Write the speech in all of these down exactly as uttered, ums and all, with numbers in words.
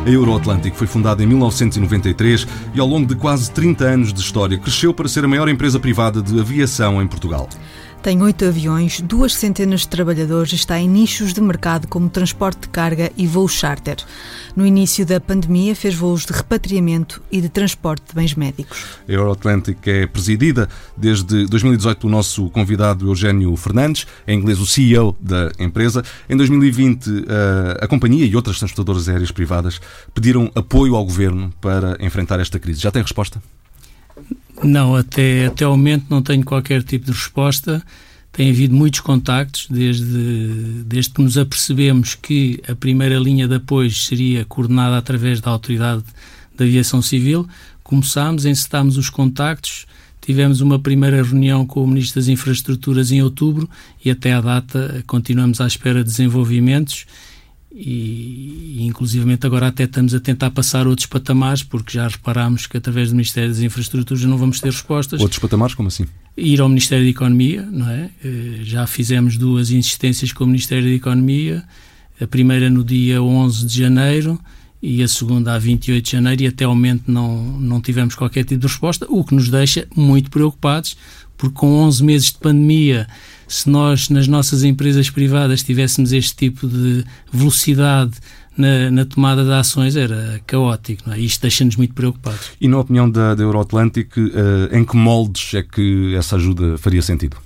A Euroatlântico foi fundada em mil novecentos e noventa e três e ao longo de quase trinta anos de história cresceu para ser a maior empresa privada de aviação em Portugal. Tem oito aviões, duas centenas de trabalhadores e está em nichos de mercado como transporte de carga e voos charter. No início da pandemia fez voos de repatriamento e de transporte de bens médicos. A Euroatlântico é presidida desde dois mil e dezoito pelo nosso convidado Eugênio Fernandes, em inglês o C E O da empresa. Em dois mil e vinte, a companhia e outras transportadoras aéreas privadas pediram apoio ao governo para enfrentar esta crise. Já tem resposta? Não, até, até ao momento não tenho qualquer tipo de resposta. Tem havido muitos contactos desde, desde que nos apercebemos que a primeira linha de apoio seria coordenada através da Autoridade de Aviação Civil. Começámos, encetámos os contactos, tivemos uma primeira reunião com o Ministro das Infraestruturas em outubro e até à data continuamos à espera de desenvolvimentos. E, e inclusivamente agora até estamos a tentar passar outros patamares, porque já reparámos que através do Ministério das Infraestruturas não vamos ter respostas. Outros patamares, como assim? Ir ao Ministério da Economia, não é? Já fizemos duas insistências com o Ministério da Economia, a primeira no dia onze de janeiro e a segunda a vinte e oito de janeiro, e até ao momento não, não tivemos qualquer tipo de resposta, o que nos deixa muito preocupados, porque com onze meses de pandemia, se nós nas nossas empresas privadas tivéssemos este tipo de velocidade na, na tomada de ações, era caótico, não é? Isto deixa-nos muito preocupados. E na opinião da, da Euroatlântico, uh, em que moldes é que essa ajuda faria sentido?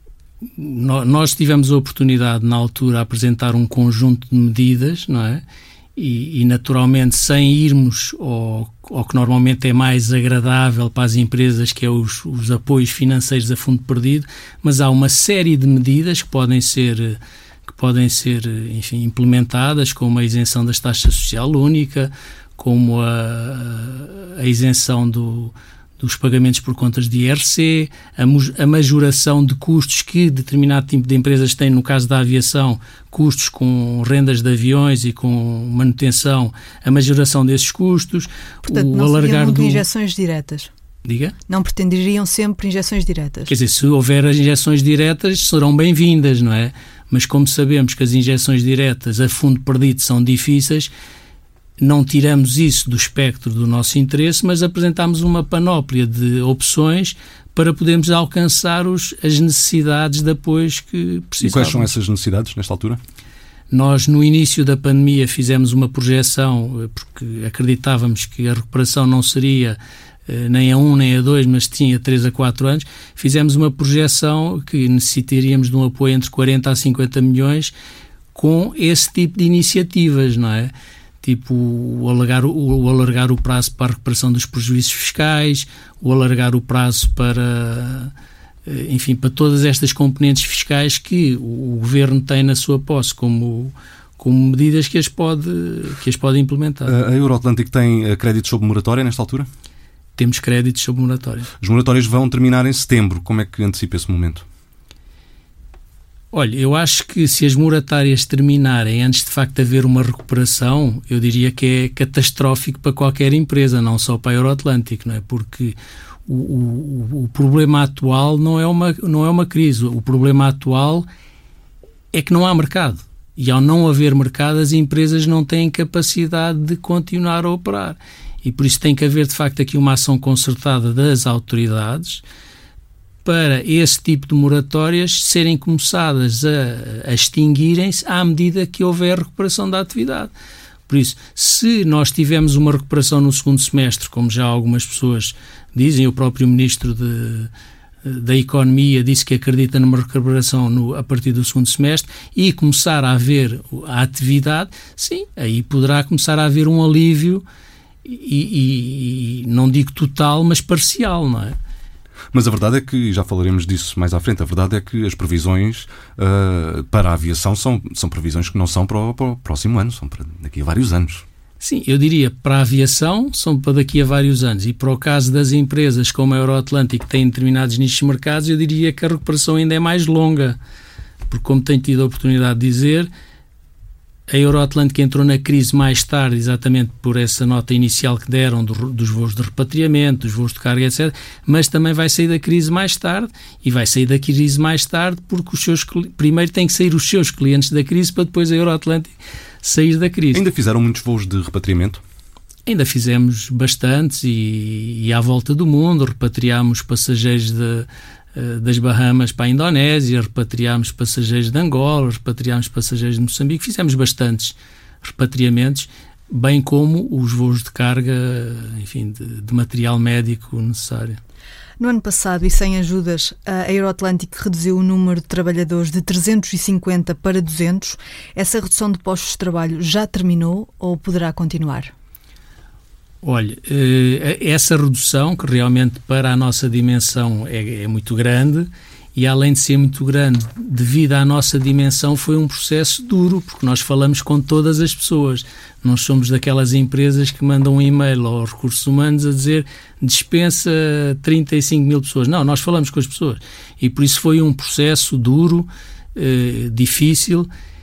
No, nós tivemos a oportunidade na altura de apresentar um conjunto de medidas, não é? E, e naturalmente sem irmos ao, ao que normalmente é mais agradável para as empresas, que é os, os apoios financeiros a fundo perdido, mas há uma série de medidas que podem ser, que podem ser enfim, implementadas, como a isenção das taxas social única, como a, a isenção do, dos pagamentos por contas de I R C, a, a majoração de custos que determinado tipo de empresas têm, no caso da aviação, custos com rendas de aviões e com manutenção, a majoração desses custos. Portanto, o não alargar seriam do... injeções diretas? Diga? Não pretenderiam sempre injeções diretas? Quer dizer, se houver as injeções diretas, serão bem-vindas, não é? Mas como sabemos que as injeções diretas a fundo perdido são difíceis, não tiramos isso do espectro do nosso interesse, mas apresentamos uma panóplia de opções para podermos alcançar os, as necessidades de apoios que precisamos. E quais são essas necessidades nesta altura? Nós, no início da pandemia, fizemos uma projeção, porque acreditávamos que a recuperação não seria nem a um nem a dois, mas tinha três a quatro anos. Fizemos uma projeção que necessitaríamos de um apoio entre quarenta a cinquenta milhões com esse tipo de iniciativas, não é? Tipo o alargar o, o alargar o prazo para a recuperação dos prejuízos fiscais, o alargar o prazo para, enfim, para todas estas componentes fiscais que o, o Governo tem na sua posse como, como medidas que as pode, que as pode implementar. A Euroatlântico tem créditos sob moratória nesta altura? Temos créditos sob moratória. Os moratórios vão terminar em setembro. Como é que antecipa esse momento? Olha, eu acho que se as moratórias terminarem antes de facto haver uma recuperação, eu diria que é catastrófico para qualquer empresa, não só para a Euroatlântico, não é? Porque o, o, o problema atual não é, uma, não é uma crise. O problema atual é que não há mercado. E ao não haver mercado, as empresas não têm capacidade de continuar a operar. E por isso tem que haver, de facto, aqui uma ação concertada das autoridades para esse tipo de moratórias serem começadas a, a extinguirem-se à medida que houver recuperação da atividade. Por isso, se nós tivermos uma recuperação no segundo semestre, como já algumas pessoas dizem, o próprio Ministro de, da Economia disse que acredita numa recuperação no, a partir do segundo semestre, e começar a haver a atividade, sim, aí poderá começar a haver um alívio, e, e, e não digo total, mas parcial, não é? Mas a verdade é que, já falaremos disso mais à frente, a verdade é que as previsões uh, para a aviação são, são previsões que não são para o, para o próximo ano, são para daqui a vários anos. Sim, eu diria para a aviação são para daqui a vários anos, e para o caso das empresas como a Euroatlântico que têm determinados nichos de mercados, eu diria que a recuperação ainda é mais longa, porque como tenho tido a oportunidade de dizer, a Euroatlântico entrou na crise mais tarde, exatamente por essa nota inicial que deram do, dos voos de repatriamento, dos voos de carga, etcétera, mas também vai sair da crise mais tarde, e vai sair da crise mais tarde porque os seus, primeiro têm que sair os seus clientes da crise para depois a Euroatlântico sair da crise. Ainda fizeram muitos voos de repatriamento? Ainda fizemos bastantes e, e à volta do mundo, repatriámos passageiros de, das Bahamas para a Indonésia, repatriámos passageiros de Angola, repatriámos passageiros de Moçambique, fizemos bastantes repatriamentos, bem como os voos de carga, enfim, de, de material médico necessário. No ano passado, e sem ajudas, a Euroatlântico reduziu o número de trabalhadores de trezentos e cinquenta para duzentos. Essa redução de postos de trabalho já terminou ou poderá continuar? Olha, essa redução, que realmente para a nossa dimensão é, é muito grande, e além de ser muito grande, devido à nossa dimensão, foi um processo duro, porque nós falamos com todas as pessoas. Não somos daquelas empresas que mandam um e-mail aos recursos humanos a dizer dispensa trinta e cinco mil pessoas. Não, nós falamos com as pessoas. E por isso foi um processo duro, eh, difícil.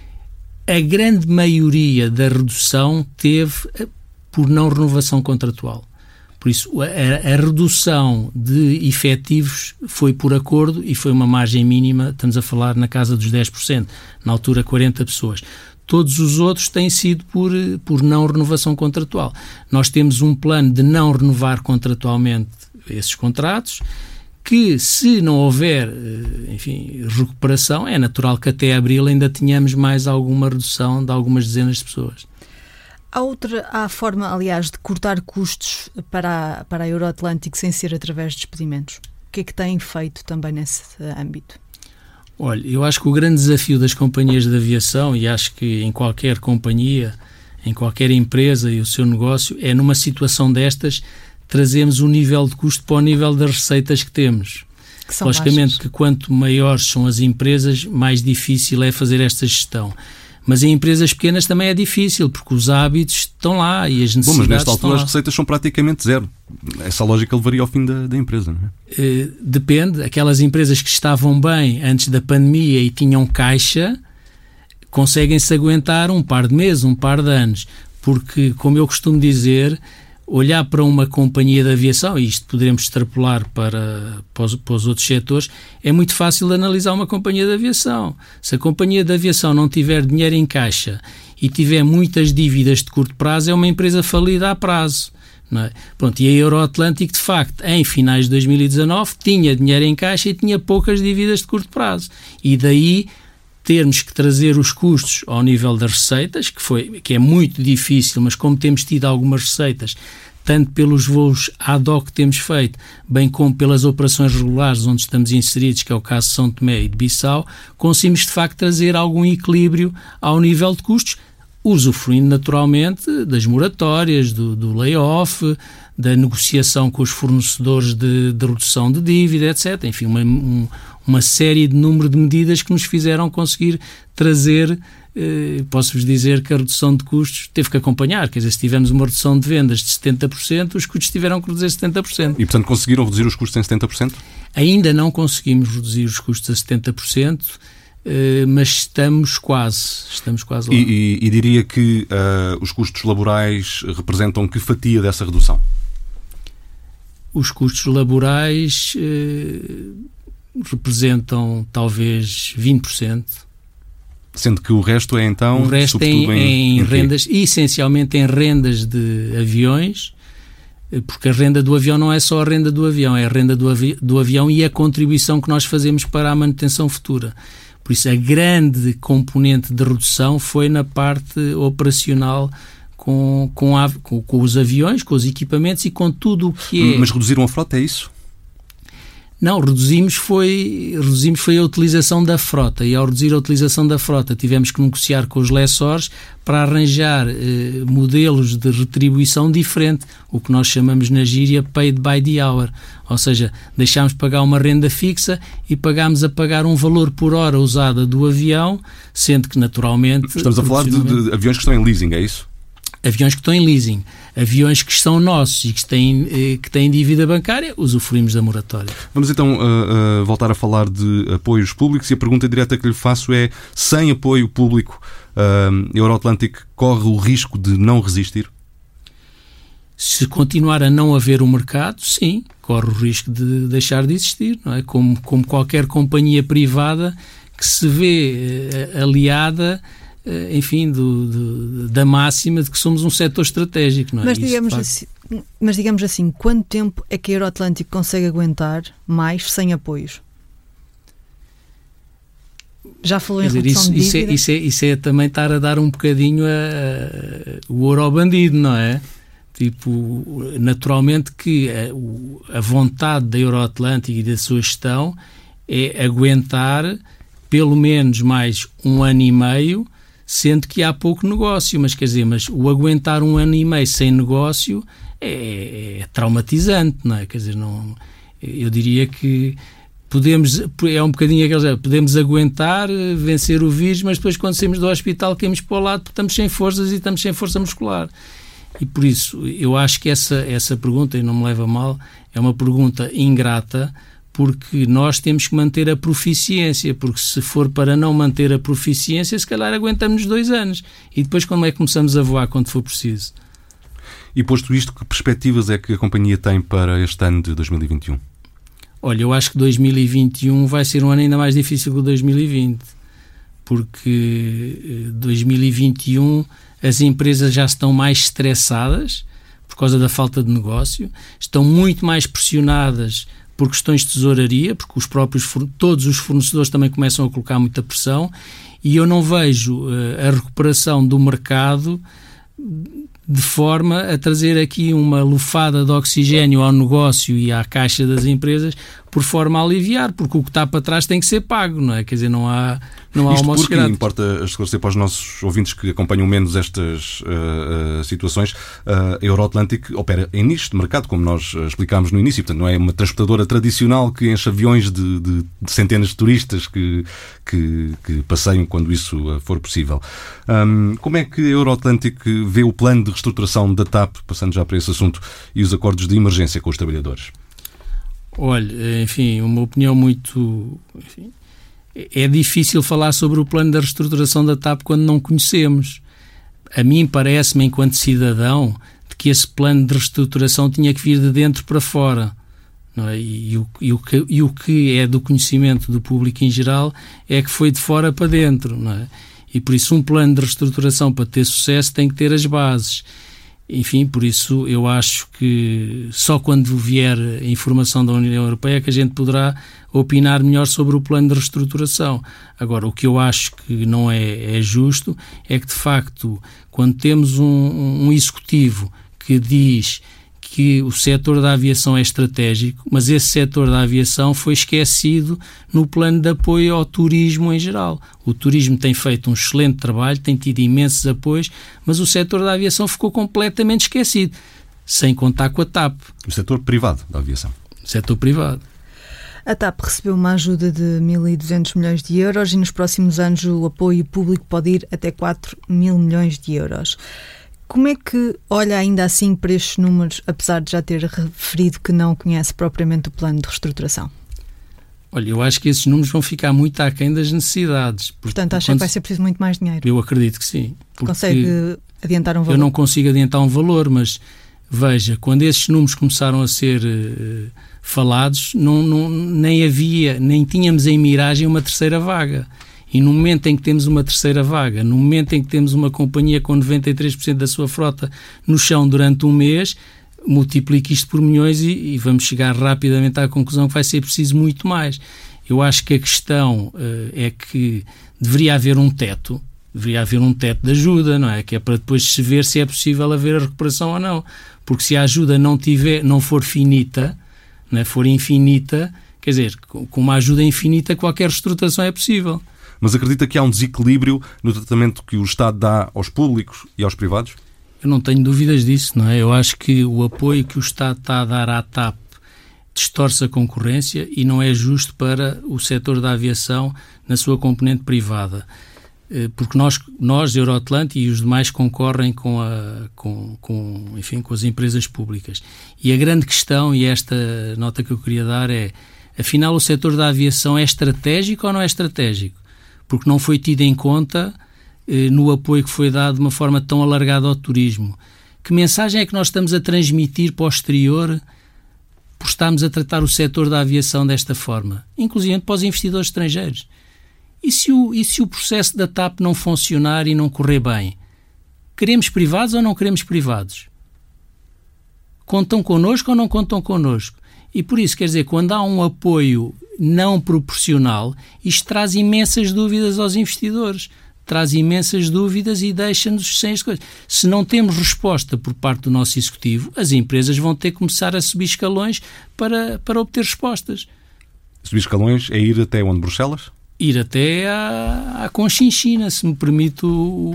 A grande maioria da redução teve por não renovação contratual. Por isso, a, a redução de efetivos foi por acordo e foi uma margem mínima, estamos a falar na casa dos dez por cento, na altura quarenta pessoas. Todos os outros têm sido por, por não renovação contratual. Nós temos um plano de não renovar contratualmente esses contratos, que se não houver, enfim, recuperação, é natural que até abril ainda tenhamos mais alguma redução de algumas dezenas de pessoas. Há outra, há forma, aliás, de cortar custos para a, para a Euroatlântico sem ser através de despedimentos. O que é que têm feito também nesse âmbito? Olha, eu acho que o grande desafio das companhias de aviação, e acho que em qualquer companhia, em qualquer empresa e o seu negócio, é numa situação destas trazermos o nível de custo para o nível das receitas que temos. Que Logicamente baixas. Que quanto maiores são as empresas, mais difícil é fazer esta gestão. Mas em empresas pequenas também é difícil, porque os hábitos estão lá e as necessidades. Bom, mas nesta altura estão as receitas são praticamente zero. Essa lógica levaria ao fim da, da empresa, não é? Uh, depende. Aquelas empresas que estavam bem antes da pandemia e tinham caixa, conseguem-se aguentar um par de meses, um par de anos. Porque, como eu costumo dizer, olhar para uma companhia de aviação, e isto poderemos extrapolar para, para, os, para os outros setores, é muito fácil de analisar uma companhia de aviação. Se a companhia de aviação não tiver dinheiro em caixa e tiver muitas dívidas de curto prazo, é uma empresa falida a prazo. Não é? Pronto, e a Euroatlântico, de facto, em finais de dois mil e dezanove, tinha dinheiro em caixa e tinha poucas dívidas de curto prazo. E daí termos que trazer os custos ao nível das receitas, que, foi, que é muito difícil, mas como temos tido algumas receitas, tanto pelos voos ad hoc que temos feito, bem como pelas operações regulares onde estamos inseridos, que é o caso de São Tomé e de Bissau, conseguimos de facto trazer algum equilíbrio ao nível de custos, usufruindo naturalmente das moratórias, do, do layoff, da negociação com os fornecedores de, de redução de dívida, etcétera. Enfim, uma, um, uma série de número de medidas que nos fizeram conseguir trazer, eh, posso-vos dizer que a redução de custos teve que acompanhar, quer dizer, se tivermos uma redução de vendas de setenta por cento, os custos tiveram que reduzir setenta por cento. E, portanto, conseguiram reduzir os custos em setenta por cento? Ainda não conseguimos reduzir os custos a setenta por cento, eh, mas estamos quase, estamos quase lá. E, e, e diria que uh, os custos laborais representam que fatia dessa redução? Os custos laborais eh, representam talvez vinte por cento. Sendo que o resto é então, o resto sobretudo em, em, em em rendas, essencialmente em rendas de aviões, porque a renda do avião não é só a renda do avião, é a renda do, avi- do avião e a contribuição que nós fazemos para a manutenção futura. Por isso, a grande componente de redução foi na parte operacional com, com, a, com, com os aviões, com os equipamentos e com tudo o que é... Mas reduziram a frota, é isso? Não, reduzimos foi, reduzimos foi a utilização da frota, e ao reduzir a utilização da frota tivemos que negociar com os lessores para arranjar eh, modelos de retribuição diferente, o que nós chamamos na gíria paid by the hour, ou seja, deixámos pagar uma renda fixa e pagámos a pagar um valor por hora usada do avião, sendo que naturalmente... Estamos a falar de, de aviões que estão em leasing, é isso? Aviões que estão em leasing, aviões que são nossos e que têm, que têm dívida bancária, usufruímos da moratória. Vamos então uh, uh, voltar a falar de apoios públicos, e a pergunta direta que lhe faço é: sem apoio público, uh, a Euroatlântico corre o risco de não resistir? Se continuar a não haver um mercado, sim, corre o risco de deixar de existir, não é? Como, como qualquer companhia privada que se vê uh, aliada enfim, do, do, da máxima de que somos um setor estratégico, não é? Mas Isso, digamos, facto... assim, mas digamos assim, quanto tempo é que a Euroatlântico consegue aguentar mais sem apoios? Já falou em dizer, redução isso, de isso, dívida? é, isso, é, isso é também estar a dar um bocadinho a, a, o ouro ao bandido, não é? Tipo, naturalmente que a, a vontade da Euroatlântico e da sua gestão é aguentar pelo menos mais um ano e meio, sendo que há pouco negócio, mas quer dizer, mas o aguentar um ano e meio sem negócio é, é traumatizante, não é? Quer dizer, não, eu diria que podemos, é um bocadinho aquele, podemos aguentar, vencer o vírus, mas depois quando saímos do hospital caímos para o lado porque estamos sem forças e estamos sem força muscular. E por isso, eu acho que essa, essa pergunta, e não me leva a mal, é uma pergunta ingrata, porque nós temos que manter a proficiência, porque se for para não manter a proficiência, se calhar aguentamos dois anos. E depois como é que começamos a voar quando for preciso? E posto isto, que perspectivas é que a companhia tem para este ano de dois mil e vinte e um? Olha, eu acho que dois mil e vinte e um vai ser um ano ainda mais difícil que o dois mil e vinte, porque dois mil e vinte e um as empresas já estão mais estressadas por causa da falta de negócio, estão muito mais pressionadas por questões de tesouraria, porque os próprios, todos os fornecedores também começam a colocar muita pressão, e eu não vejo uh, a recuperação do mercado de forma a trazer aqui uma lufada de oxigénio ao negócio e à caixa das empresas, por forma a aliviar, porque o que está para trás tem que ser pago, não é? Quer dizer, não há, não há Isto almoço porque, grátis. importa esclarecer para os nossos ouvintes que acompanham menos estas uh, uh, situações, uh, a Euroatlântico opera em nicho de mercado, como nós uh, explicámos no início, portanto não é uma transportadora tradicional que enche aviões de, de, de centenas de turistas que, que, que passeiam quando isso uh, for possível. Um, como é que a Euroatlântico vê o plano de reestruturação da TAP, passando já para esse assunto, e os acordos de emergência com os trabalhadores? Olha, enfim, uma opinião muito... Enfim, é difícil falar sobre o plano da reestruturação da TAP quando não conhecemos. A mim parece-me, enquanto cidadão, de que esse plano de reestruturação tinha que vir de dentro para fora. Não é? E, e, o, e, o que, e o que é do conhecimento do público em geral é que foi de fora para dentro. Não é? E por isso um plano de reestruturação, para ter sucesso, tem que ter as bases. Enfim, por isso eu acho que só quando vier a informação da União Europeia que a gente poderá opinar melhor sobre o plano de reestruturação. Agora, o que eu acho que não é, é justo é que, de facto, quando temos um, um executivo que diz que o setor da aviação é estratégico, mas esse setor da aviação foi esquecido no plano de apoio ao turismo em geral. O turismo tem feito um excelente trabalho, tem tido imensos apoios, mas o setor da aviação ficou completamente esquecido, sem contar com a TAP. O setor privado da aviação. O setor privado. A TAP recebeu uma ajuda de mil e duzentos milhões de euros e nos próximos anos o apoio público pode ir até quatro mil milhões de euros. Como é que olha ainda assim para estes números, apesar de já ter referido que não conhece propriamente o plano de reestruturação? Olha, eu acho que esses números vão ficar muito aquém das necessidades. Portanto, acha que vai ser preciso muito mais dinheiro? Eu acredito que sim. Consegue adiantar um valor? Eu não consigo adiantar um valor, mas veja, quando esses números começaram a ser uh, falados, não, não, nem havia, nem tínhamos em miragem uma terceira vaga. E no momento em que temos uma terceira vaga, no momento em que temos uma companhia com noventa e três por cento da sua frota no chão durante um mês, multiplique isto por milhões e, e vamos chegar rapidamente à conclusão que vai ser preciso muito mais. Eu acho que a questão uh, é que deveria haver um teto, deveria haver um teto de ajuda, não é? Que é para depois se ver se é possível haver a recuperação ou não. Porque se a ajuda não, tiver, não for finita, não é? For infinita, quer dizer, com uma ajuda infinita qualquer reestruturação é possível. Mas acredita que há um desequilíbrio no tratamento que o Estado dá aos públicos e aos privados? Eu não tenho dúvidas disso, não é? Eu acho que o apoio que o Estado está a dar à TAP distorce a concorrência e não é justo para o setor da aviação na sua componente privada. Porque nós, nós Euroatlântico e os demais concorrem com, a, com, com, enfim, com as empresas públicas. E a grande questão, e esta nota que eu queria dar é, afinal o setor da aviação é estratégico ou não é estratégico? Porque não foi tido em conta eh, no apoio que foi dado de uma forma tão alargada ao turismo. Que mensagem é que nós estamos a transmitir para o exterior por estarmos a tratar o setor da aviação desta forma? Inclusive para os investidores estrangeiros. E se o, e se o processo da T A P não funcionar e não correr bem? Queremos privados ou não queremos privados? Contam connosco ou não contam connosco? E por isso, quer dizer, quando há um apoio não proporcional, isto traz imensas dúvidas aos investidores. Traz imensas dúvidas e deixa-nos sem as coisas. Se não temos resposta por parte do nosso executivo, as empresas vão ter que começar a subir escalões para, para obter respostas. Subir escalões é ir até onde? Bruxelas? Ir até à, à Conchinchina, se me permite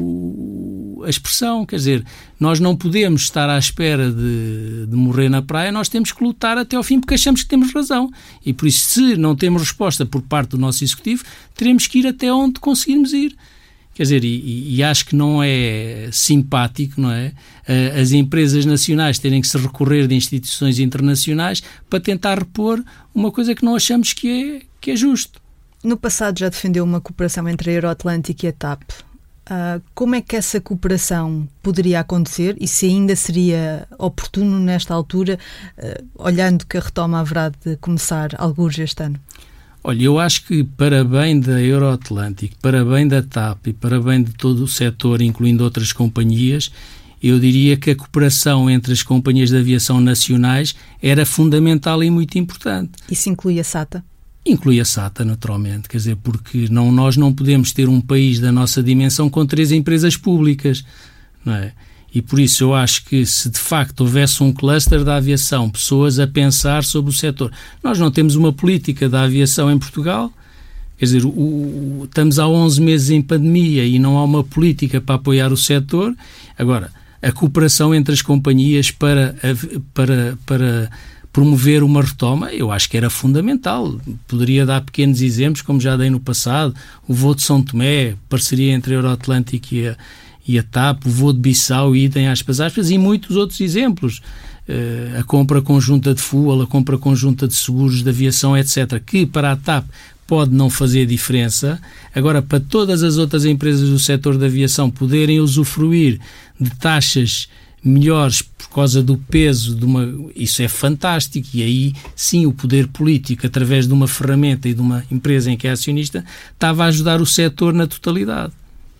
o, a expressão. Quer dizer, nós não podemos estar à espera de, de morrer na praia, nós temos que lutar até ao fim porque achamos que temos razão. E por isso, se não temos resposta por parte do nosso executivo, teremos que ir até onde conseguirmos ir. Quer dizer, e, e acho que não é simpático, não é? As empresas nacionais terem que se recorrer de instituições internacionais para tentar repor uma coisa que não achamos que é, que é justo. No passado já defendeu uma cooperação entre a Euroatlântico e a T A P. Uh, como é que essa cooperação poderia acontecer e se ainda seria oportuno nesta altura, uh, olhando que a retoma haverá de começar alguns este ano? Olha, eu acho que para bem da Euroatlântico, para bem da T A P e para bem de todo o setor, incluindo outras companhias, eu diria que a cooperação entre as companhias de aviação nacionais era fundamental e muito importante. Isso inclui a SATA? Inclui a SATA, naturalmente, quer dizer, porque não, nós não podemos ter um país da nossa dimensão com três empresas públicas, não é? E por isso eu acho que se de facto houvesse um cluster da aviação, pessoas a pensar sobre o setor. Nós não temos uma política da aviação em Portugal, quer dizer, o, o, estamos há onze meses em pandemia e não há uma política para apoiar o setor. Agora, a cooperação entre as companhias para... para, para promover uma retoma, eu acho que era fundamental. Poderia dar pequenos exemplos, como já dei no passado, o voo de São Tomé, parceria entre a Euroatlântico e a, e a T A P, o voo de Bissau, idem aspas, aspas, e muitos outros exemplos. Uh, a compra conjunta de fuel, a compra conjunta de seguros de aviação, etcétera, que para a T A P pode não fazer diferença. Agora, para todas as outras empresas do setor da aviação poderem usufruir de taxas melhores por causa do peso de uma... Isso é fantástico e aí sim o poder político, através de uma ferramenta e de uma empresa em que é acionista, estava a ajudar o setor na totalidade.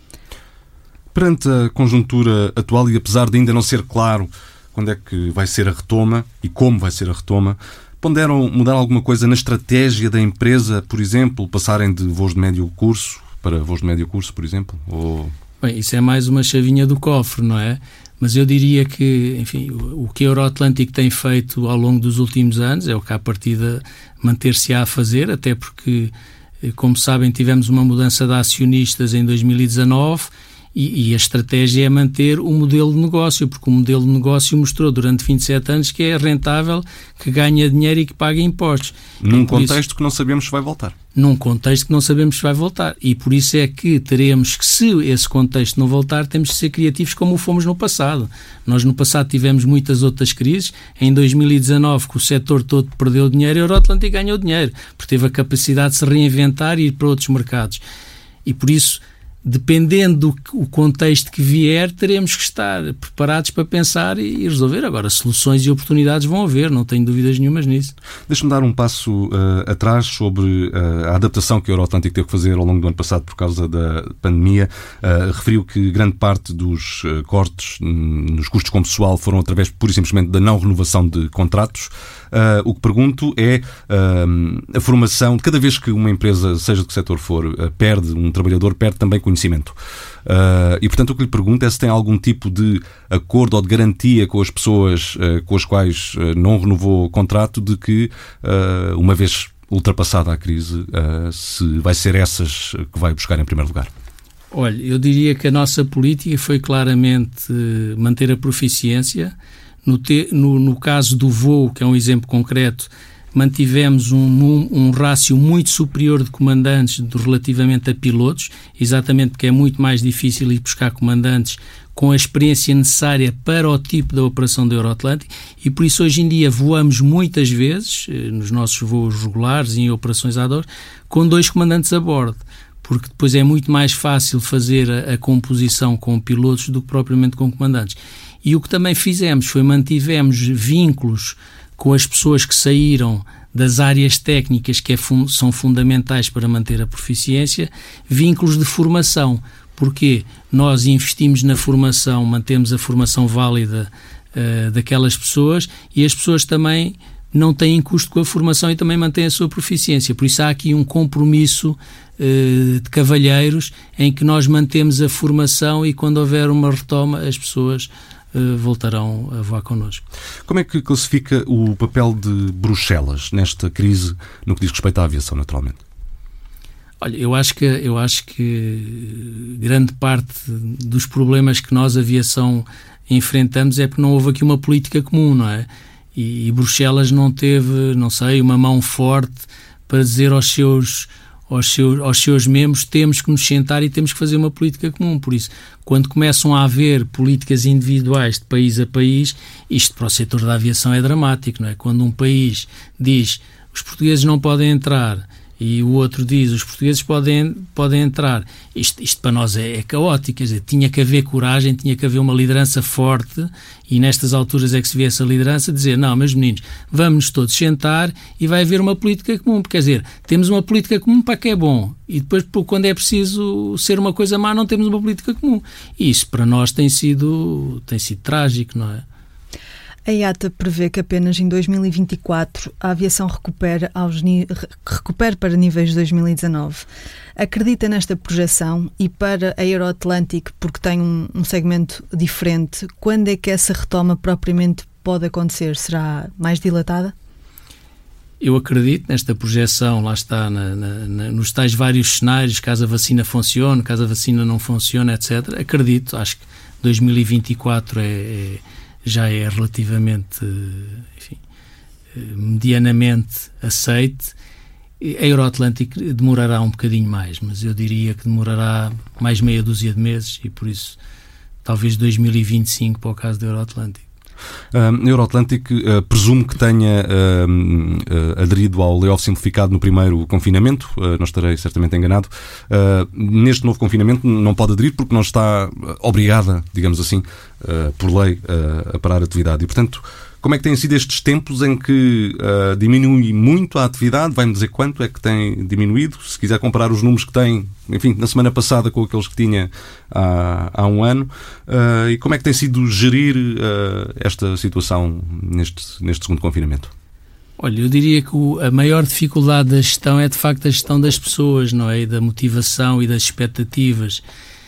Perante a conjuntura atual e apesar de ainda não ser claro quando é que vai ser a retoma e como vai ser a retoma, ponderam mudar alguma coisa na estratégia da empresa, por exemplo, passarem de voos de médio curso para voos de médio curso, por exemplo? Ou... Bem, isso é mais uma chavinha do cofre, não é? Mas eu diria que, enfim, o que a Euroatlântico tem feito ao longo dos últimos anos é o que à partida manter-se-á a fazer, até porque, como sabem, tivemos uma mudança de acionistas em dois mil e dezanove e, e a estratégia é manter o modelo de negócio, porque o modelo de negócio mostrou durante vinte e sete anos que é rentável, que ganha dinheiro e que paga impostos. Num contexto isso, que não sabemos se vai voltar. Num contexto que não sabemos se vai voltar. E por isso é que teremos que, se esse contexto não voltar, temos que ser criativos como fomos no passado. Nós no passado tivemos muitas outras crises. Em dois mil e dezanove, que o setor todo perdeu dinheiro, a Euroatlântico ganhou dinheiro, porque teve a capacidade de se reinventar e ir para outros mercados. E por isso, dependendo do contexto que vier, teremos que estar preparados para pensar e resolver. Agora, soluções e oportunidades vão haver, não tenho dúvidas nenhumas nisso. Deixa-me dar um passo uh, atrás sobre uh, a adaptação que a Euroatlântico teve que fazer ao longo do ano passado por causa da pandemia. Uh, referiu que grande parte dos uh, cortes hum, nos custos com pessoal foram através, pura e simplesmente, da não renovação de contratos. Uh, o que pergunto é uh, a formação. De cada vez que uma empresa, seja de que setor for, uh, perde um trabalhador, perde também conhecimento. Uh, e, portanto, o que lhe pergunto é se tem algum tipo de acordo ou de garantia com as pessoas uh, com as quais uh, não renovou o contrato, de que, uh, uma vez ultrapassada a crise, uh, se vai ser essas que vai buscar em primeiro lugar. Olha, eu diria que a nossa política foi claramente manter a proficiência. No, te, no, no caso do voo, que é um exemplo concreto, mantivemos um, um, um rácio muito superior de comandantes do, relativamente a pilotos, exatamente porque é muito mais difícil ir buscar comandantes com a experiência necessária para o tipo da operação da Euroatlântico, e por isso hoje em dia voamos muitas vezes, nos nossos voos regulares e em operações ad hoc, com dois comandantes a bordo, porque depois é muito mais fácil fazer a, a composição com pilotos do que propriamente com comandantes. E o que também fizemos foi mantivemos vínculos com as pessoas que saíram das áreas técnicas que é fun- são fundamentais para manter a proficiência, vínculos de formação. Porquê? Nós investimos na formação, mantemos a formação válida uh, daquelas pessoas, e as pessoas também não têm custo com a formação e também mantêm a sua proficiência. Por isso há aqui um compromisso uh, de cavalheiros em que nós mantemos a formação, e quando houver uma retoma as pessoas uh, voltarão a voar connosco. Como é que classifica o papel de Bruxelas nesta crise no que diz respeito à aviação, naturalmente? Olha, eu acho que, eu acho que grande parte dos problemas que nós, aviação, enfrentamos é porque não houve aqui uma política comum, não é? E, e Bruxelas não teve, não sei, uma mão forte para dizer aos seus, aos seus, aos seus membros: temos que nos sentar e temos que fazer uma política comum. Por isso, quando começam a haver políticas individuais de país a país, isto para o setor da aviação é dramático, não é? Quando um país diz os portugueses não podem entrar e o outro diz os portugueses podem, podem entrar, isto, isto para nós é, é caótico. Quer dizer, tinha que haver coragem, tinha que haver uma liderança forte, e nestas alturas é que se vê essa liderança dizer: não, meus meninos, vamos todos sentar e vai haver uma política comum. Quer dizer, temos uma política comum para que é bom, e depois quando é preciso ser uma coisa má não temos uma política comum. E isso para nós tem sido, tem sido trágico, não é? A I A T A prevê que apenas em dois mil e vinte e quatro a aviação recupere, aos, recupere para níveis de dois mil e dezanove. Acredita nesta projeção? E para a Euroatlântico, porque tem um, um segmento diferente, quando é que essa retoma propriamente pode acontecer? Será mais dilatada? Eu acredito nesta projeção, lá está, na, na, na, nos tais vários cenários, caso a vacina funcione, caso a vacina não funcione, etcétera. Acredito, acho que dois mil e vinte e quatro é... é já é relativamente, enfim, medianamente aceite. A Euroatlântico demorará um bocadinho mais, mas eu diria que demorará mais meia dúzia de meses, e por isso talvez dois mil e vinte e cinco para o caso da Euroatlântico. A Euroatlântico uh, presumo que tenha uh, uh, aderido ao layoff simplificado no primeiro confinamento, uh, não estarei certamente enganado. Uh, neste novo confinamento não pode aderir porque não está obrigada, digamos assim, uh, por lei, uh, a parar a atividade. E, portanto, como é que têm sido estes tempos em que uh, diminui muito a atividade? Vai-me dizer quanto é que tem diminuído? Se quiser comparar os números que tem, enfim, na semana passada com aqueles que tinha há, há um ano. Uh, e como é que tem sido gerir uh, esta situação neste, neste segundo confinamento? Olha, eu diria que o, a maior dificuldade da gestão é, de facto, a gestão das pessoas, não é? E da motivação e das expectativas.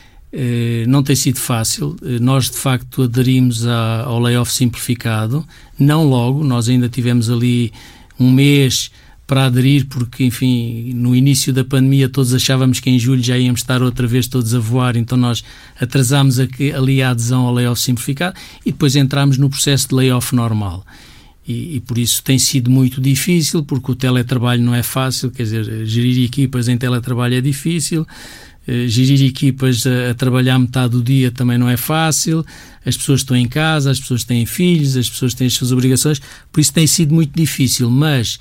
Uh, não tem sido fácil. Uh, nós, de facto, aderimos a, ao layoff simplificado. Não logo, nós ainda tivemos ali um mês para aderir, porque, enfim, no início da pandemia todos achávamos que em julho já íamos estar outra vez todos a voar, então nós atrasámos aqui, ali a adesão ao layoff simplificado, e depois entramos no processo de layoff normal. E, e por isso tem sido muito difícil, porque o teletrabalho não é fácil, quer dizer, gerir equipas em teletrabalho é difícil. Uh, gerir equipas a, a trabalhar metade do dia também não é fácil, as pessoas estão em casa, as pessoas têm filhos, as pessoas têm as suas obrigações, por isso tem sido muito difícil, mas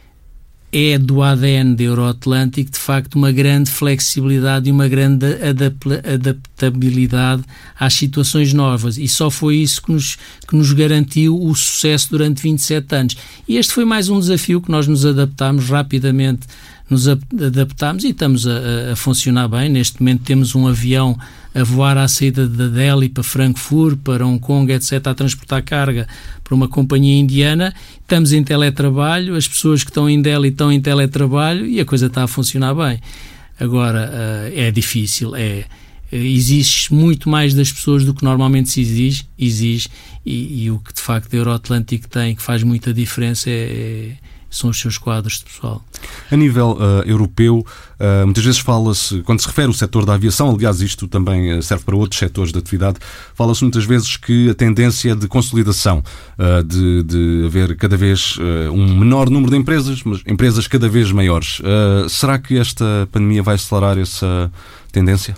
é do A D N da Euroatlântico, de facto, uma grande flexibilidade e uma grande adap- adaptabilidade às situações novas, e só foi isso que nos, que nos garantiu o sucesso durante vinte e sete anos. E este foi mais um desafio que nós nos adaptámos rapidamente, nos adaptámos e estamos a, a funcionar bem. Neste momento temos um avião a voar à saída da Delhi para Frankfurt, para Hong Kong, etcétera, a transportar carga para uma companhia indiana. Estamos em teletrabalho, as pessoas que estão em Delhi estão em teletrabalho e a coisa está a funcionar bem. Agora, é difícil, é, exige muito mais das pessoas do que normalmente se exige, exige e, e o que de facto a Euroatlântico tem, que faz muita diferença, é... é são os seus quadros de pessoal. A nível uh, europeu, uh, muitas vezes fala-se, quando se refere ao setor da aviação, aliás isto também serve para outros setores de atividade, fala-se muitas vezes que a tendência de consolidação, uh, de, de haver cada vez uh, um menor número de empresas, mas empresas cada vez maiores. Uh, será que esta pandemia vai acelerar essa tendência?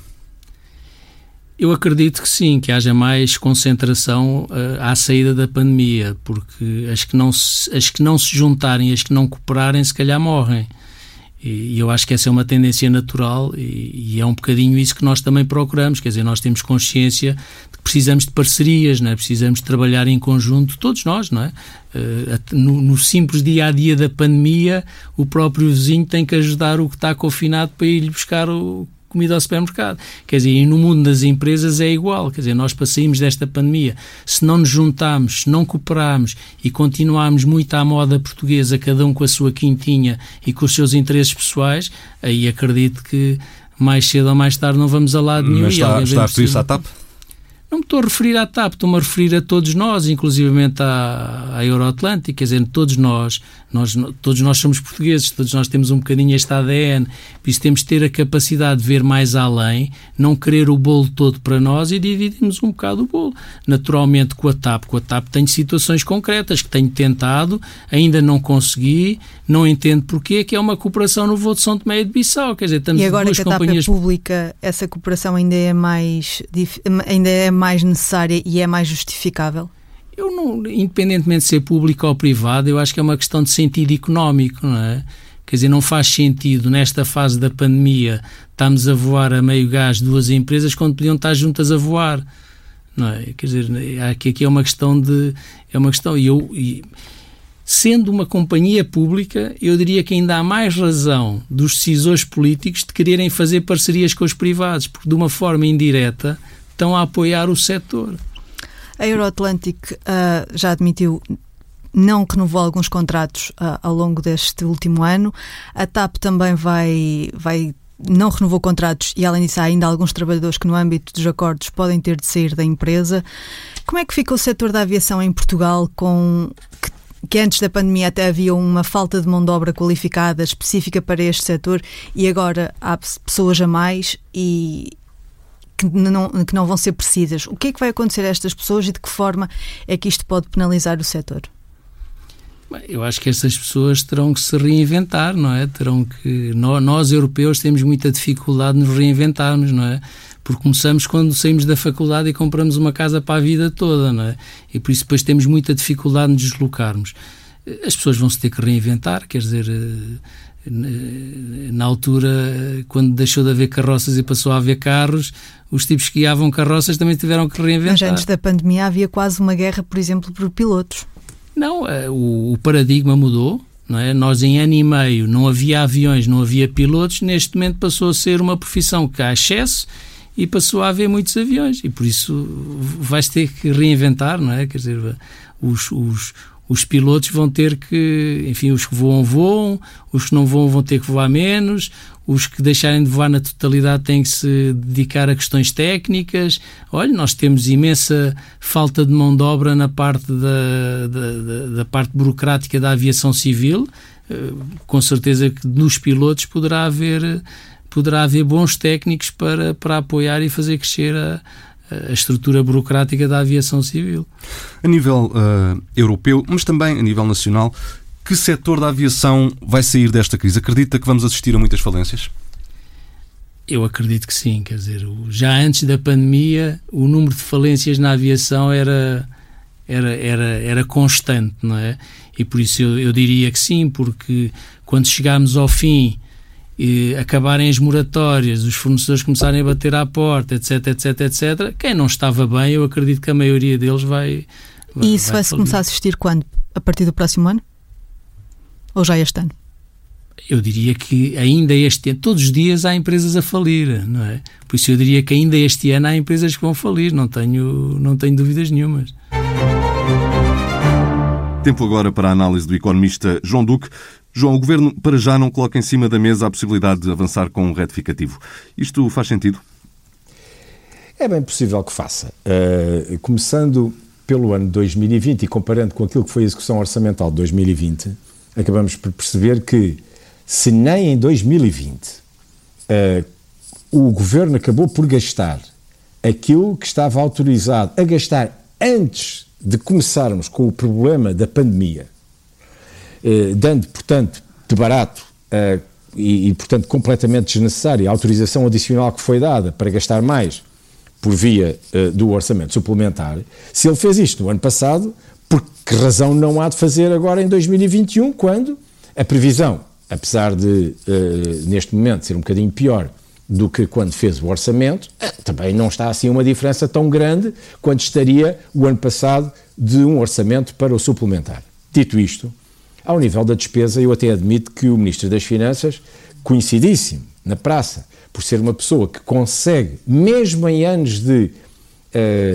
Eu acredito que sim, que haja mais concentração uh, à saída da pandemia, porque as que, não se, as que não se juntarem, as que não cooperarem, se calhar morrem. E eu acho que essa é uma tendência natural e, e é um bocadinho isso que nós também procuramos, quer dizer, nós temos consciência de que precisamos de parcerias, não é? Precisamos de trabalhar em conjunto, todos nós, não é? Uh, no, no simples dia-a-dia da pandemia, o próprio vizinho tem que ajudar o que está confinado para ir buscar o comida ao supermercado. Quer dizer, e no mundo das empresas é igual. Quer dizer, nós para sairmos desta pandemia, se não nos juntarmos, se não cooperarmos e continuarmos muito à moda portuguesa, cada um com a sua quintinha e com os seus interesses pessoais, aí acredito que mais cedo ou mais tarde não vamos a lado nenhum. Mas está, está a referir-se à TAP? Não me estou a referir à TAP, estou-me a referir a todos nós, inclusivamente à, à Euroatlântica, quer dizer, todos nós, nós, todos nós somos portugueses, todos nós temos um bocadinho este A D N, por isso temos de ter a capacidade de ver mais além, não querer o bolo todo para nós e dividirmos um bocado o bolo. Naturalmente com a TAP, com a TAP tenho situações concretas que tenho tentado, ainda não consegui, não entendo porquê, que é uma cooperação no voo de São Tomé e de Bissau, quer dizer, estamos e agora duas que a TAP companhias... é pública, essa cooperação ainda é mais, ainda é mais necessária e é mais justificável? Eu não, independentemente de ser público ou privado, eu acho que é uma questão de sentido económico, não é? Quer dizer, não faz sentido nesta fase da pandemia estarmos a voar a meio gás duas empresas quando podiam estar juntas a voar, não é? Quer dizer, aqui, aqui é uma questão de... é uma questão, e eu... E, sendo uma companhia pública, eu diria que ainda há mais razão dos decisores políticos de quererem fazer parcerias com os privados, porque de uma forma indireta estão a apoiar o setor. A Euroatlantic uh, já admitiu não renovou alguns contratos uh, ao longo deste último ano. A TAP também vai, vai não renovou contratos e, além disso, há ainda alguns trabalhadores que, no âmbito dos acordos, podem ter de sair da empresa. Como é que fica o setor da aviação em Portugal, com que, que antes da pandemia até havia uma falta de mão de obra qualificada específica para este setor e agora há pessoas a mais e que não, que não vão ser precisas? O que é que vai acontecer a estas pessoas e de que forma é que isto pode penalizar o setor? Eu acho que essas pessoas terão que se reinventar, não é? Terão que... Nós, nós europeus, temos muita dificuldade de nos reinventarmos, não é? Porque começamos quando saímos da faculdade e compramos uma casa para a vida toda, não é? E por isso depois temos muita dificuldade de nos deslocarmos. As pessoas vão se ter que reinventar, quer dizer, na altura, quando deixou de haver carroças e passou a haver carros, os tipos que guiavam carroças também tiveram que reinventar. Mas antes da pandemia havia quase uma guerra, por exemplo, por pilotos. Não, o, o paradigma mudou, não é? Nós em ano e meio não havia aviões, não havia pilotos, neste momento passou a ser uma profissão que há excesso e passou a haver muitos aviões e por isso vais ter que reinventar, não é? Quer dizer, os, os, os pilotos vão ter que, enfim, os que voam, voam, os que não voam vão ter que voar menos, os que deixarem de voar na totalidade têm que se dedicar a questões técnicas. Olha, nós temos imensa falta de mão de obra na parte da, da, da, da parte burocrática da aviação civil. Com certeza que nos pilotos poderá haver, poderá haver bons técnicos para, para apoiar e fazer crescer a, a estrutura burocrática da aviação civil. A nível uh, europeu, mas também a nível nacional, que setor da aviação vai sair desta crise? Acredita que vamos assistir a muitas falências? Eu acredito que sim, quer dizer, já antes da pandemia o número de falências na aviação era, era, era, era constante, não é? E por isso eu, eu diria que sim, porque quando chegarmos ao fim, e acabarem as moratórias, os fornecedores começarem a bater à porta, etc, etc, etcétera, quem não estava bem, eu acredito que a maioria deles vai... vai e isso vai-se vai começar a assistir quando? A partir do próximo ano? Ou já este ano? Eu diria que ainda este ano, todos os dias há empresas a falir, não é? Por isso eu diria que ainda este ano há empresas que vão falir, não tenho, não tenho dúvidas nenhumas. Tempo agora para a análise do economista João Duque. João, o Governo para já não coloca em cima da mesa a possibilidade de avançar com um retificativo. Isto faz sentido? É bem possível que faça. Uh, começando pelo ano dois mil e vinte e comparando com aquilo que foi a execução orçamental de dois mil e vinte, acabamos por perceber que, se nem em dois mil e vinte uh, o Governo acabou por gastar aquilo que estava autorizado a gastar antes de começarmos com o problema da pandemia, uh, dando, portanto, de barato uh, e, e, portanto, completamente desnecessária a autorização adicional que foi dada para gastar mais por via uh, do orçamento suplementar, se ele fez isto no ano passado, por que razão não há de fazer agora em dois mil e vinte e um, quando a previsão apesar de, uh, neste momento, ser um bocadinho pior do que quando fez o orçamento, também não está assim uma diferença tão grande quanto estaria o ano passado de um orçamento para o suplementar. Dito isto, ao nível da despesa, eu até admito que o Ministro das Finanças, conhecidíssimo na praça, por ser uma pessoa que consegue, mesmo em anos de uh,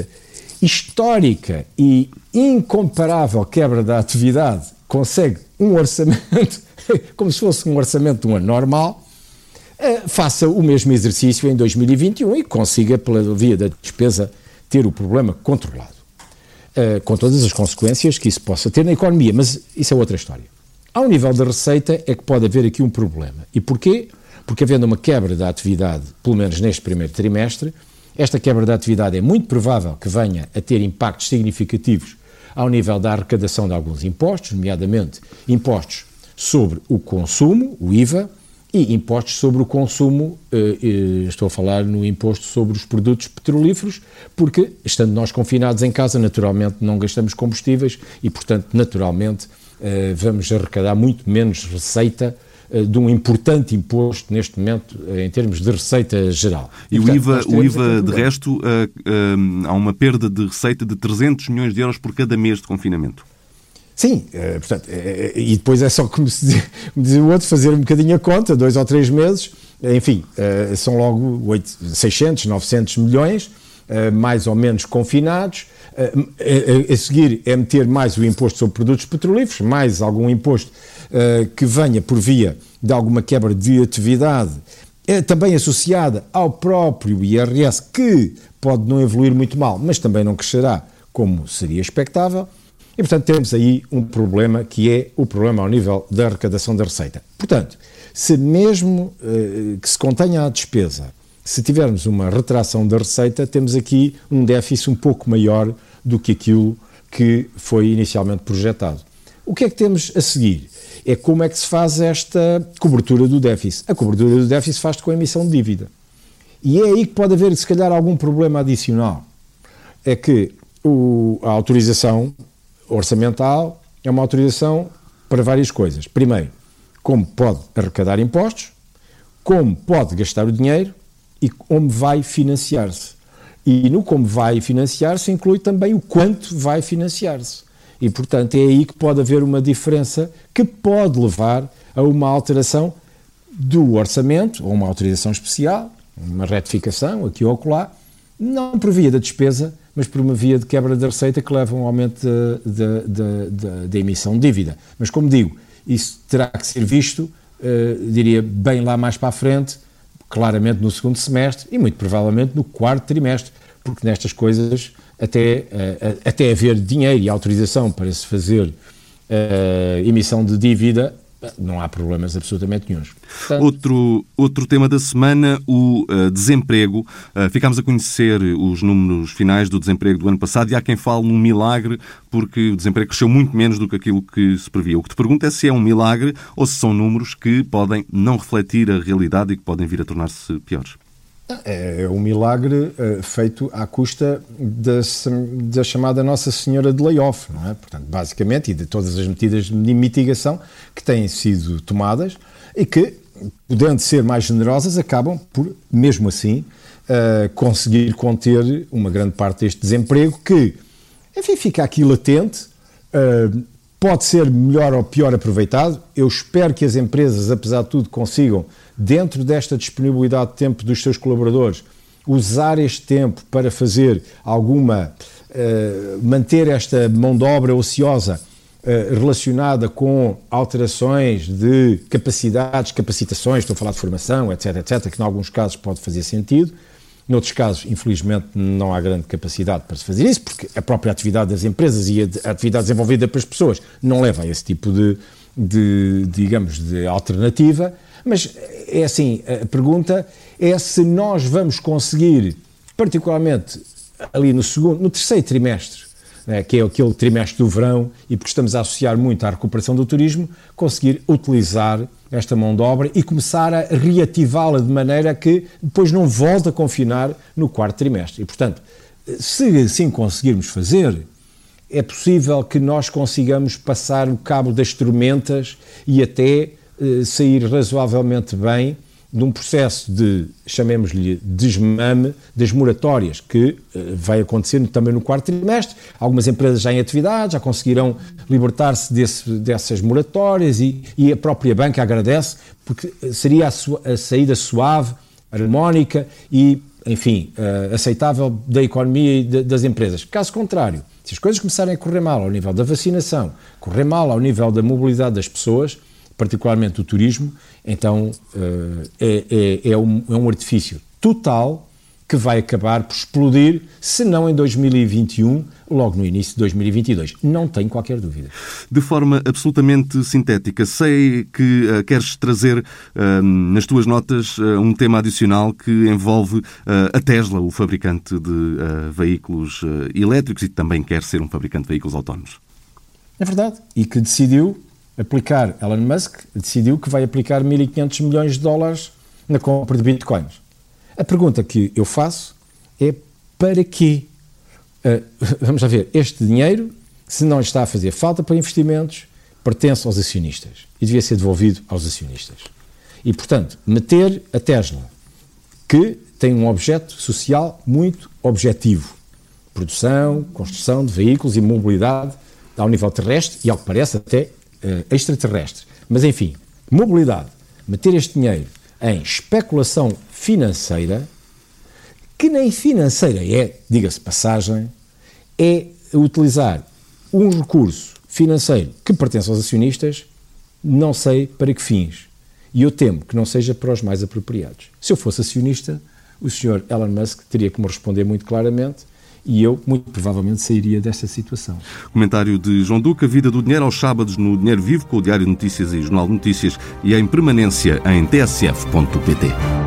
histórica e incomparável quebra da atividade, consegue um orçamento, como se fosse um orçamento de um ano normal, Uh, faça o mesmo exercício em dois mil e vinte e um e consiga, pela via da despesa, ter o problema controlado. Uh, com todas as consequências que isso possa ter na economia, mas isso é outra história. Ao nível da receita é que pode haver aqui um problema. E porquê? Porque havendo uma quebra da atividade, pelo menos neste primeiro trimestre, esta quebra da atividade é muito provável que venha a ter impactos significativos ao nível da arrecadação de alguns impostos, nomeadamente impostos sobre o consumo, o I V A, e impostos sobre o consumo, estou a falar no imposto sobre os produtos petrolíferos, porque, estando nós confinados em casa, naturalmente não gastamos combustíveis e, portanto, naturalmente vamos arrecadar muito menos receita de um importante imposto neste momento em termos de receita geral. E, e portanto, o I V A, o I V A de resto, há uma perda de receita de trezentos milhões de euros por cada mês de confinamento. Sim, uh, portanto, uh, e depois é só, como se diz, como diz o outro, fazer um bocadinho a conta, dois ou três meses, enfim, uh, são logo oito, seiscentos, novecentos milhões, uh, mais ou menos confinados. Uh, a, a seguir é meter mais o imposto sobre produtos petrolíferos, mais algum imposto uh, que venha por via de alguma quebra de atividade, é também associada ao próprio I R S, que pode não evoluir muito mal, mas também não crescerá como seria expectável. E, portanto, temos aí um problema que é o problema ao nível da arrecadação da receita. Portanto, se mesmo uh, que se contenha a despesa, se tivermos uma retração da receita, temos aqui um déficit um pouco maior do que aquilo que foi inicialmente projetado. O que é que temos a seguir? É como é que se faz esta cobertura do déficit. A cobertura do déficit faz-se com a emissão de dívida. E é aí que pode haver, se calhar, algum problema adicional. É que o, a autorização orçamental é uma autorização para várias coisas. Primeiro, como pode arrecadar impostos, como pode gastar o dinheiro e como vai financiar-se. E no como vai financiar-se inclui também o quanto vai financiar-se. E, portanto, é aí que pode haver uma diferença que pode levar a uma alteração do orçamento, ou uma autorização especial, uma retificação aqui ou acolá, não por via da despesa, mas por uma via de quebra da receita que leva a um aumento da emissão de dívida. Mas, como digo, isso terá que ser visto, uh, diria, bem lá mais para a frente, claramente no segundo semestre e muito provavelmente no quarto trimestre, porque nestas coisas, até, uh, até haver dinheiro e autorização para se fazer uh, emissão de dívida, não há problemas absolutamente nenhuns. Portanto, outro, outro tema da semana, o uh, desemprego. Uh, ficámos a conhecer os números finais do desemprego do ano passado e há quem fale num milagre porque o desemprego cresceu muito menos do que aquilo que se previa. O que te pergunto é se é um milagre ou se são números que podem não refletir a realidade e que podem vir a tornar-se piores. É um milagre uh, feito à custa da, da chamada Nossa Senhora de layoff, não é? Portanto, basicamente, e de todas as medidas de mitigação que têm sido tomadas e que, podendo ser mais generosas, acabam por, mesmo assim, uh, conseguir conter uma grande parte deste desemprego que, enfim, fica aqui latente, uh, pode ser melhor ou pior aproveitado. Eu espero que as empresas, apesar de tudo, consigam, dentro desta disponibilidade de tempo dos seus colaboradores, usar este tempo para fazer alguma, uh, manter esta mão de obra ociosa uh, relacionada com alterações de capacidades, capacitações, estou a falar de formação, etc, etc, que em alguns casos pode fazer sentido. Noutros casos, infelizmente, não há grande capacidade para se fazer isso, porque a própria atividade das empresas e a atividade desenvolvida pelas pessoas não leva a esse tipo de, de digamos, de alternativa. Mas é assim, a pergunta é se nós vamos conseguir, particularmente ali no segundo, no terceiro trimestre, né, que é aquele trimestre do verão, e porque estamos a associar muito à recuperação do turismo, conseguir utilizar esta mão de obra e começar a reativá-la de maneira que depois não volte a confinar no quarto trimestre. E, portanto, se assim conseguirmos fazer, é possível que nós consigamos passar o cabo das tormentas e até eh, sair razoavelmente bem de um processo de, chamemos-lhe, desmame das moratórias que uh, vai acontecer também no quarto trimestre. Algumas empresas já em atividade, já conseguirão libertar-se desse, dessas moratórias e, e a própria banca agradece, porque seria a, sua, a saída suave, harmónica e, enfim, uh, aceitável da economia e de, das empresas. Caso contrário, se as coisas começarem a correr mal ao nível da vacinação, correr mal ao nível da mobilidade das pessoas, particularmente o turismo, então uh, é, é, é, um, é um artifício total que vai acabar por explodir, se não em dois mil e vinte e um, logo no início de dois mil e vinte e dois. Não tenho qualquer dúvida. De forma absolutamente sintética, sei que uh, queres trazer uh, nas tuas notas uh, um tema adicional que envolve uh, a Tesla, o fabricante de uh, veículos uh, elétricos, e também quer ser um fabricante de veículos autónomos. É verdade. E que decidiu aplicar, Elon Musk decidiu que vai aplicar mil e quinhentos milhões de dólares na compra de bitcoins. A pergunta que eu faço é para quê? Uh, vamos lá ver, este dinheiro, se não está a fazer falta para investimentos, pertence aos acionistas e devia ser devolvido aos acionistas. E, portanto, meter a Tesla, que tem um objeto social muito objetivo, produção, construção de veículos e mobilidade ao nível terrestre e, ao que parece, até Uh, extraterrestre. Mas, enfim, mobilidade, meter este dinheiro em especulação financeira, que nem financeira é, diga-se passagem, é utilizar um recurso financeiro que pertence aos acionistas, não sei para que fins. E eu temo que não seja para os mais apropriados. Se eu fosse acionista, o senhor Elon Musk teria que me responder muito claramente e eu, muito provavelmente, sairia desta situação. Comentário de João Duque, a vida do dinheiro aos sábados no Dinheiro Vivo, com o Diário de Notícias e Jornal de Notícias, e em permanência em t s f ponto p t.